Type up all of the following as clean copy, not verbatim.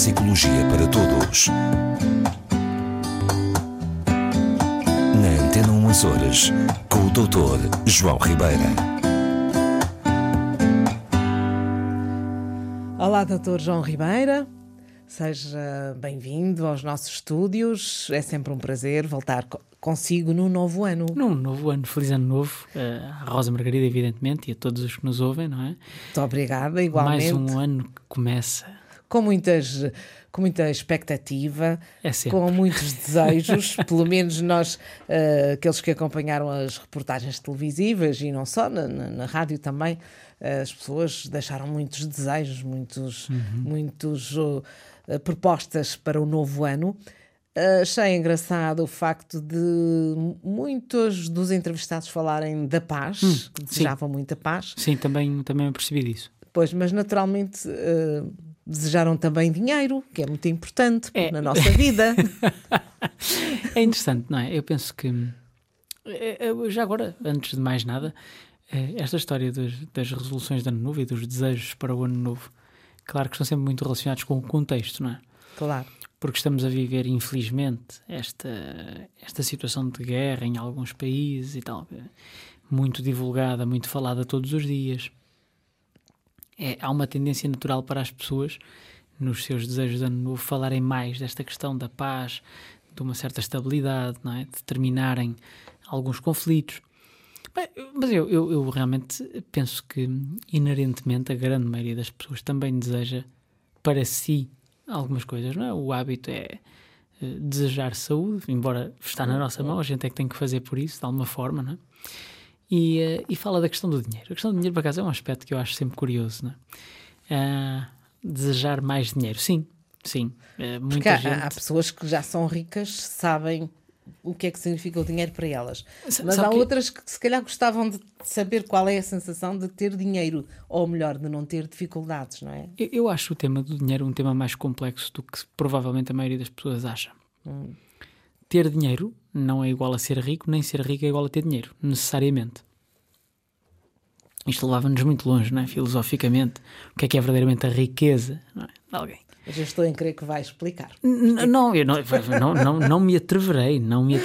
Psicologia para Todos. Na Antena 1 Açores, com o Dr. João Ribeira. Olá, Dr. João Ribeira. Seja bem-vindo aos nossos estúdios. É sempre um prazer voltar consigo no novo ano. Num novo ano, feliz ano novo, à Rosa Margarida, evidentemente, e a todos os que nos ouvem, não é? Muito obrigada, igualmente. Mais um ano que começa. Com muita expectativa, sempre. Com muitos desejos, pelo menos nós, aqueles que acompanharam as reportagens televisivas e não só, na rádio também, as pessoas deixaram muitos desejos, muitas propostas para o novo ano. Achei engraçado o facto de muitos dos entrevistados falarem da paz, que desejavam muita paz. Sim, também me percebi disso. Pois, mas naturalmente desejaram também dinheiro, que é muito importante na nossa vida. É interessante, não é? Eu penso que, já agora, antes de mais nada, esta história das resoluções de ano novo e dos desejos para o ano novo, claro que estão sempre muito relacionados com o contexto, não é? Claro. Porque estamos a viver, infelizmente, esta situação de guerra em alguns países e tal, muito divulgada, muito falada todos os dias. Há uma tendência natural para as pessoas, nos seus desejos de ano novo, falarem mais desta questão da paz, de uma certa estabilidade, não é? De terminarem alguns conflitos. Mas eu realmente penso que, inerentemente, a grande maioria das pessoas também deseja para si algumas coisas, não é? O hábito é desejar saúde, embora está na nossa mão, a gente é que tem que fazer por isso, de alguma forma, não é? E fala da questão do dinheiro. A questão do dinheiro, por acaso, é um aspecto que eu acho sempre curioso, não é? Desejar mais dinheiro, sim. Porque há pessoas que já são ricas, sabem o que é que significa o dinheiro para elas. Mas há outras que se calhar gostavam de saber qual é a sensação de ter dinheiro, ou melhor, de não ter dificuldades, não é? Eu acho o tema do dinheiro um tema mais complexo do que provavelmente a maioria das pessoas acha. Ter dinheiro não é igual a ser rico, nem ser rico é igual a ter dinheiro, necessariamente. Isto levava-nos muito longe, não é? Filosoficamente. O que é verdadeiramente a riqueza, não é? De alguém. Mas eu estou em crer que vai explicar. Não, eu não me atreverei.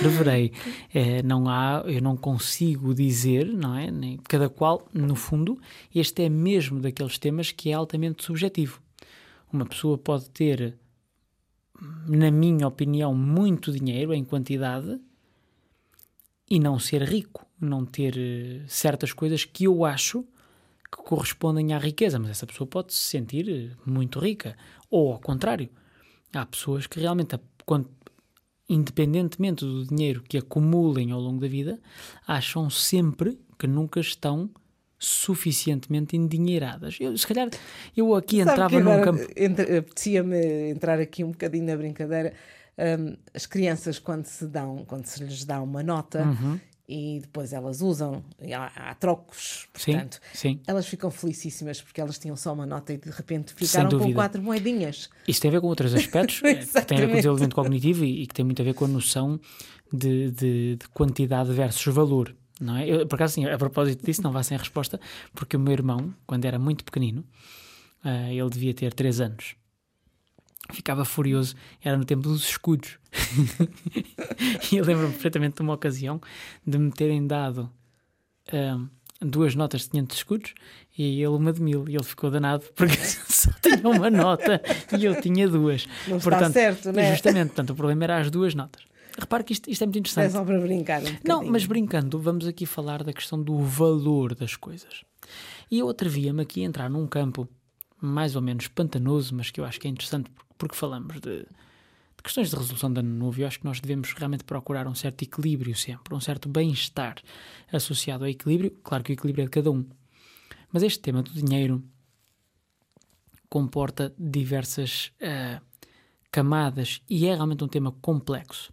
Eu não consigo dizer, não é? Nem, cada qual, no fundo, este é mesmo daqueles temas que é altamente subjetivo. Uma pessoa pode ter, na minha opinião, muito dinheiro em quantidade e não ser rico, não ter certas coisas que eu acho que correspondem à riqueza, mas essa pessoa pode se sentir muito rica, ou ao contrário, há pessoas que realmente, independentemente do dinheiro que acumulem ao longo da vida, acham sempre que nunca estão suficientemente endinheiradas. Se calhar eu aqui entrava num campo... Apetecia-me entrar aqui um bocadinho na brincadeira. As crianças, quando se lhes dá uma nota e depois elas usam, há trocos, portanto, sim. Elas ficam felicíssimas porque elas tinham só uma nota e de repente ficaram com 4 moedinhas. Isto tem a ver com outros aspectos que têm a ver com o desenvolvimento cognitivo e que tem muito a ver com a noção de quantidade versus valor. Não é? Por acaso, a propósito disso, não vá sem resposta, porque o meu irmão, quando era muito pequenino, ele devia ter 3 anos, ficava furioso, era no tempo dos escudos. E eu lembro-me perfeitamente de uma ocasião de me terem dado 2 notas de 500 escudos e ele uma de 1000, e ele ficou danado porque só tinha uma nota e eu tinha 2. Não está certo, não é? Justamente, portanto, o problema era as 2 notas. Repare que isto é muito interessante. É só para brincar um bocadinho. Não, mas brincando, vamos aqui falar da questão do valor das coisas. E eu atrevia-me aqui a entrar num campo mais ou menos pantanoso, mas que eu acho que é interessante porque falamos de questões de resolução de ano novo. Eu acho que nós devemos realmente procurar um certo equilíbrio sempre, um certo bem-estar associado ao equilíbrio. Claro que o equilíbrio é de cada um. Mas este tema do dinheiro comporta diversas camadas e é realmente um tema complexo.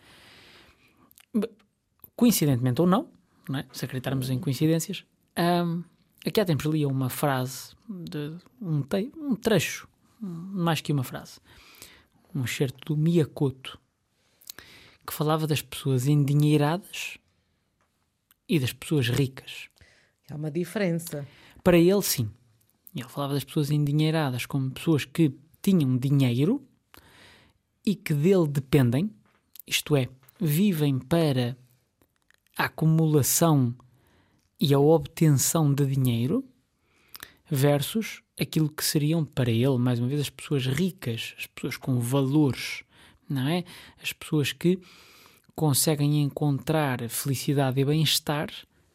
Coincidentemente ou não, é? Se acreditarmos em coincidências, aqui há tempos lia uma frase, um trecho, mais que uma frase, um excerto do Miyakoto, que falava das pessoas endinheiradas e das pessoas ricas. Há uma diferença. Para ele, sim. Ele falava das pessoas endinheiradas como pessoas que tinham dinheiro e que dele dependem, isto é, vivem para a acumulação e a obtenção de dinheiro, versus aquilo que seriam para ele, mais uma vez, as pessoas ricas, as pessoas com valores, não é? As pessoas que conseguem encontrar felicidade e bem-estar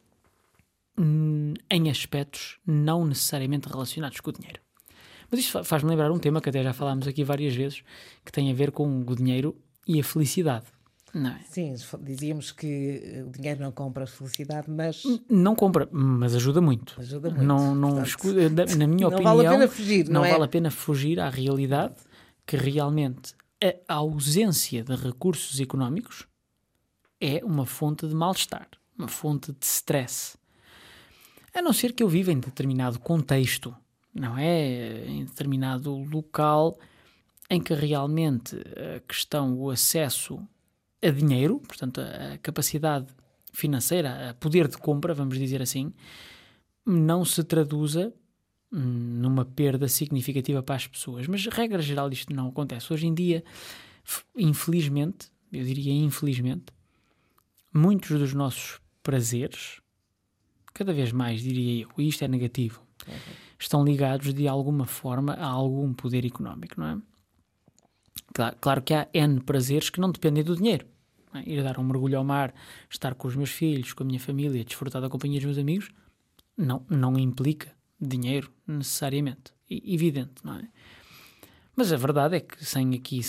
em aspectos não necessariamente relacionados com o dinheiro. Mas isto faz-me lembrar um tema que até já falámos aqui várias vezes, que tem a ver com o dinheiro e a felicidade. Não é? Sim, dizíamos que o dinheiro não compra a felicidade, mas... Não compra, mas ajuda muito. Ajuda muito. Na minha não opinião, vale a pena fugir, não é? vale a pena fugir à realidade que realmente a ausência de recursos económicos é uma fonte de mal-estar, uma fonte de stress. A não ser que eu viva em determinado contexto, não é? Em determinado local em que realmente a questão, o acesso a dinheiro, portanto a capacidade financeira, a poder de compra, vamos dizer assim, não se traduza numa perda significativa para as pessoas. Mas, regra geral, isto não acontece. Hoje em dia, infelizmente, eu diria infelizmente, muitos dos nossos prazeres, cada vez mais, diria eu, e isto é negativo, estão ligados de alguma forma a algum poder económico, não é? Claro que há N prazeres que não dependem do dinheiro. Não é? Ir dar um mergulho ao mar, estar com os meus filhos, com a minha família, desfrutar da companhia dos meus amigos, não implica dinheiro necessariamente. Evidente, não é? Mas a verdade é que sem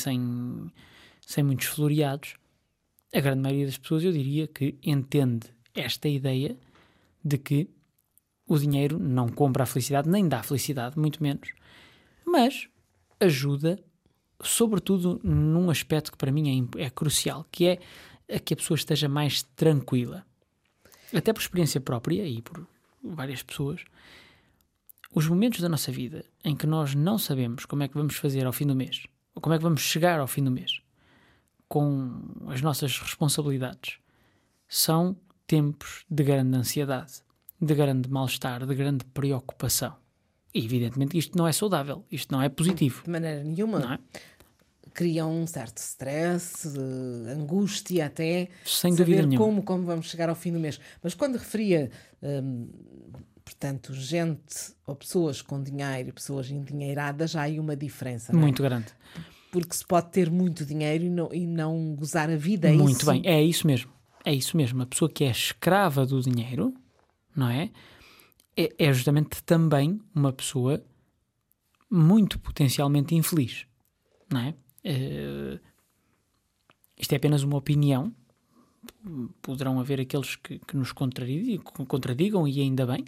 muitos floreados, a grande maioria das pessoas, eu diria que entende esta ideia de que o dinheiro não compra a felicidade, nem dá felicidade, muito menos, mas ajuda, sobretudo num aspecto que para mim é crucial, que é a que a pessoa esteja mais tranquila. Até por experiência própria e por várias pessoas, os momentos da nossa vida em que nós não sabemos como é que vamos fazer ao fim do mês, ou como é que vamos chegar ao fim do mês, com as nossas responsabilidades, são tempos de grande ansiedade, de grande mal-estar, de grande preocupação. E evidentemente isto não é saudável, isto não é positivo. De maneira nenhuma. Não é? Criam um certo stress, angústia até, sem dúvida saber nenhuma. como vamos chegar ao fim do mês. Mas quando referia, portanto, gente ou pessoas com dinheiro e pessoas endinheiradas, já há aí uma diferença. Não é? Muito grande. Porque se pode ter muito dinheiro e não gozar a vida. É muito isso? bem, é isso mesmo. É isso mesmo. A pessoa que é escrava do dinheiro, não é? É justamente também uma pessoa muito potencialmente infeliz, não é? Isto é apenas uma opinião. Poderão haver aqueles que nos contradigam, e ainda bem,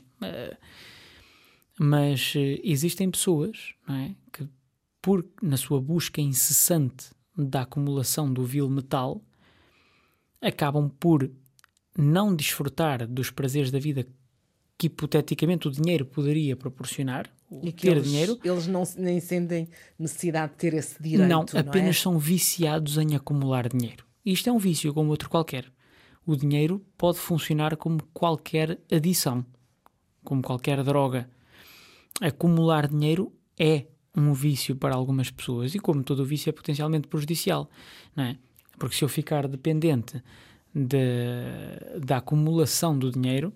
mas existem pessoas, não é? Que na sua busca incessante da acumulação do vil metal, acabam por não desfrutar dos prazeres da vida que hipoteticamente o dinheiro poderia proporcionar, e que ter dinheiro. Eles nem sentem necessidade de ter esse direito. Não, apenas são viciados em acumular dinheiro. E isto é um vício como outro qualquer. O dinheiro pode funcionar como qualquer adição, como qualquer droga. Acumular dinheiro é um vício para algumas pessoas, e como todo vício é potencialmente prejudicial, não é? Porque se eu ficar dependente da acumulação do dinheiro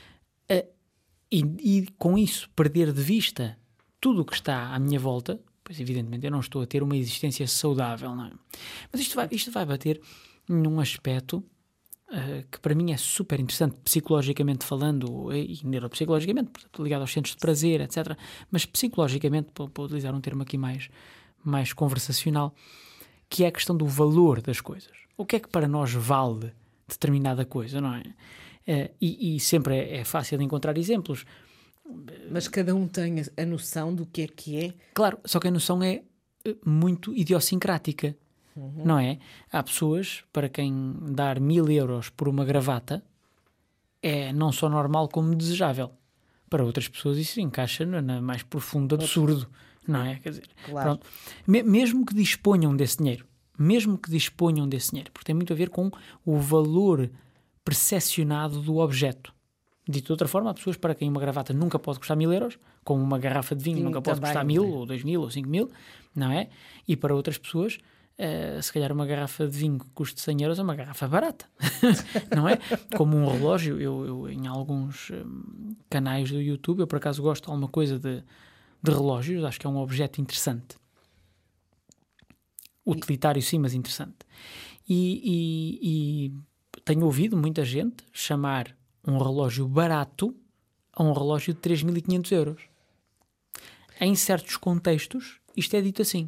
e com isso perder de vista tudo o que está à minha volta, pois evidentemente eu não estou a ter uma existência saudável, não é? Mas isto vai bater num aspecto que para mim é super interessante, psicologicamente falando e neuropsicologicamente, portanto, ligado aos centros de prazer, etc. Mas psicologicamente, para utilizar um termo aqui mais conversacional, que é a questão do valor das coisas. O que é que para nós vale determinada coisa, não é? E sempre é fácil encontrar exemplos. Mas cada um tem a noção do que é. Claro, só que a noção é muito idiosincrática. Não é? Há pessoas para quem dar 1000 euros por uma gravata é não só normal como desejável. Para outras pessoas isso encaixa no mais profundo absurdo, não é? Quer dizer, claro. Pronto. Mesmo que disponham desse dinheiro, porque tem muito a ver com o valor percepcionado do objeto, Dito de outra forma, há pessoas para quem uma gravata nunca pode custar 1.000 euros, como uma garrafa de vinho nunca pode custar 1.000 ou 2.000 ou 5.000, não é? E para outras pessoas, se calhar uma garrafa de vinho que custe 100 euros é uma garrafa barata, não é? Como um relógio, eu em alguns canais do YouTube, eu por acaso gosto de alguma coisa de relógios, acho que é um objeto interessante. Utilitário sim, mas interessante. E tenho ouvido muita gente chamar um relógio barato a um relógio de 3.500 euros. Em certos contextos, isto é dito assim.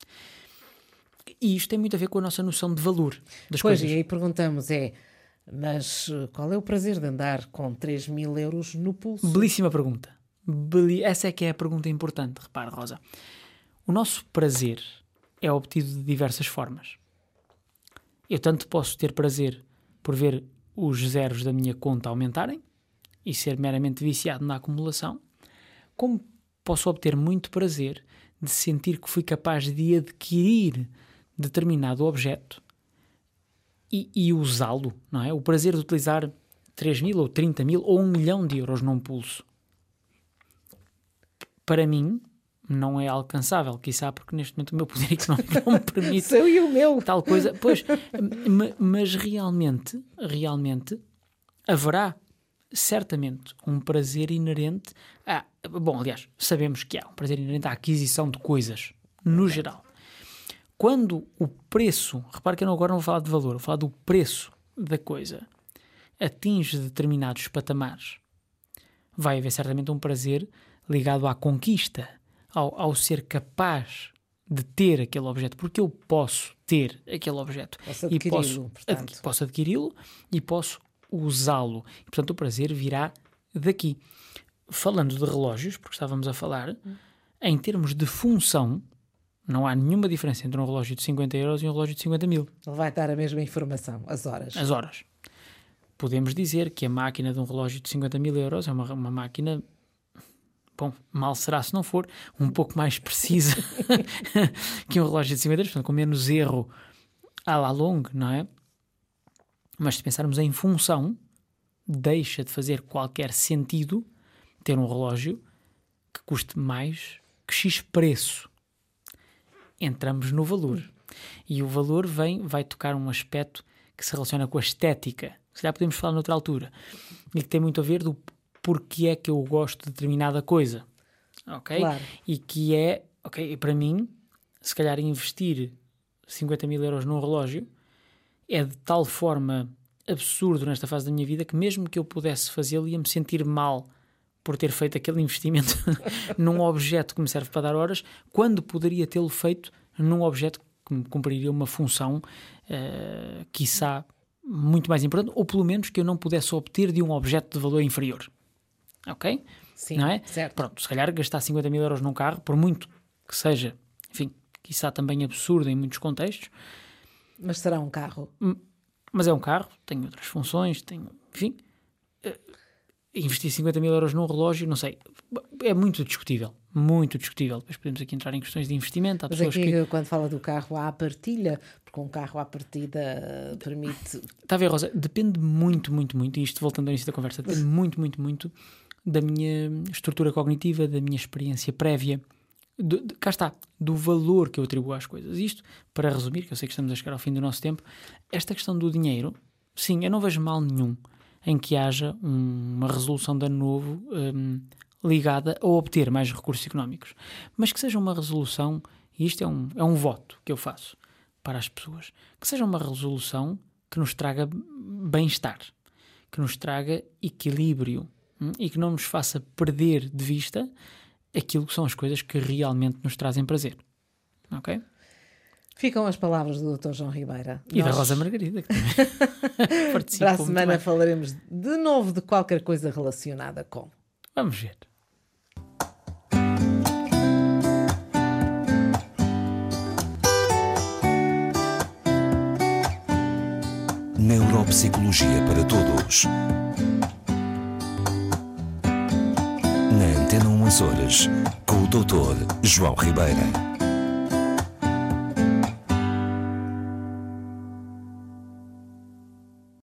E isto tem muito a ver com a nossa noção de valor das coisas. Pois, e aí perguntamos, mas qual é o prazer de andar com 3.000 euros no pulso? Belíssima pergunta. Essa é que é a pergunta importante. Repara, Rosa. O nosso prazer é obtido de diversas formas. Eu tanto posso ter prazer por ver os zeros da minha conta aumentarem e ser meramente viciado na acumulação, como posso obter muito prazer de sentir que fui capaz de adquirir determinado objeto e usá-lo, não é? O prazer de utilizar 3.000 ou 30.000 ou 1.000.000 de euros num pulso. Para mim, não é alcançável, quiçá porque neste momento o meu poder económico não me permite Sou e o meu. tal coisa. Pois, mas realmente haverá certamente um prazer inerente bom, aliás, sabemos que há um prazer inerente à aquisição de coisas, no geral. Quando o preço, repare que eu agora não vou falar de valor, vou falar do preço da coisa, atinge determinados patamares, vai haver certamente um prazer ligado à conquista, ao ser capaz de ter aquele objeto, porque eu posso ter aquele objeto posso adquiri-lo e posso usá-lo. E, portanto, o prazer virá daqui. Falando de relógios, porque estávamos a falar, em termos de função, não há nenhuma diferença entre um relógio de 50 euros e um relógio de 50.000. Ele vai dar a mesma informação, as horas. As horas. Podemos dizer que a máquina de um relógio de 50.000 euros é uma máquina... Bom, mal será se não for um pouco mais precisa que um relógio de 50 euros, portanto, com menos erro à la longue, não é? Mas se pensarmos em função, deixa de fazer qualquer sentido ter um relógio que custe mais que X preço. Entramos no valor. E o valor vai tocar um aspecto que se relaciona com a estética. Se calhar podemos falar noutra altura. E que tem muito a ver do porque é que eu gosto de determinada coisa, ok? Claro. E que é, ok, para mim, se calhar investir 50.000 euros num relógio é de tal forma absurdo nesta fase da minha vida que mesmo que eu pudesse fazê-lo ia-me sentir mal por ter feito aquele investimento num objeto que me serve para dar horas, quando poderia tê-lo feito num objeto que me cumpriria uma função, quiçá, muito mais importante, ou pelo menos que eu não pudesse obter de um objeto de valor inferior. Ok? Sim, não é? certo. Pronto, se calhar gastar 50.000 euros num carro, por muito que seja, enfim, quiçá também absurdo em muitos contextos. Mas será um carro? Mas é um carro, tem outras funções, enfim. Investir 50.000 euros num relógio, não sei, é muito discutível. Muito discutível. Depois podemos aqui entrar em questões de investimento. Há Mas pessoas aqui, que... quando fala do carro, há a partilha, porque um carro à partida permite... Está a ver, Rosa? Depende muito, e isto voltando ao início da conversa, depende muito da minha estrutura cognitiva, da minha experiência prévia, cá está, do valor que eu atribuo às coisas. Isto, para resumir, que eu sei que estamos a chegar ao fim do nosso tempo, esta questão do dinheiro, sim, eu não vejo mal nenhum em que haja uma resolução de ano novo ligada a obter mais recursos económicos, mas que seja uma resolução, e isto é um voto que eu faço para as pessoas, que seja uma resolução que nos traga bem-estar, que nos traga equilíbrio e que não nos faça perder de vista aquilo que são as coisas que realmente nos trazem prazer. Ok? Ficam as palavras do Dr. João Ribeira. E da Rosa Margarida, que também participou. Para a semana falaremos de novo de qualquer coisa relacionada com. Vamos ver. Neuropsicologia para todos. Na Antena 1 Açores, com o Dr. João Ribeira.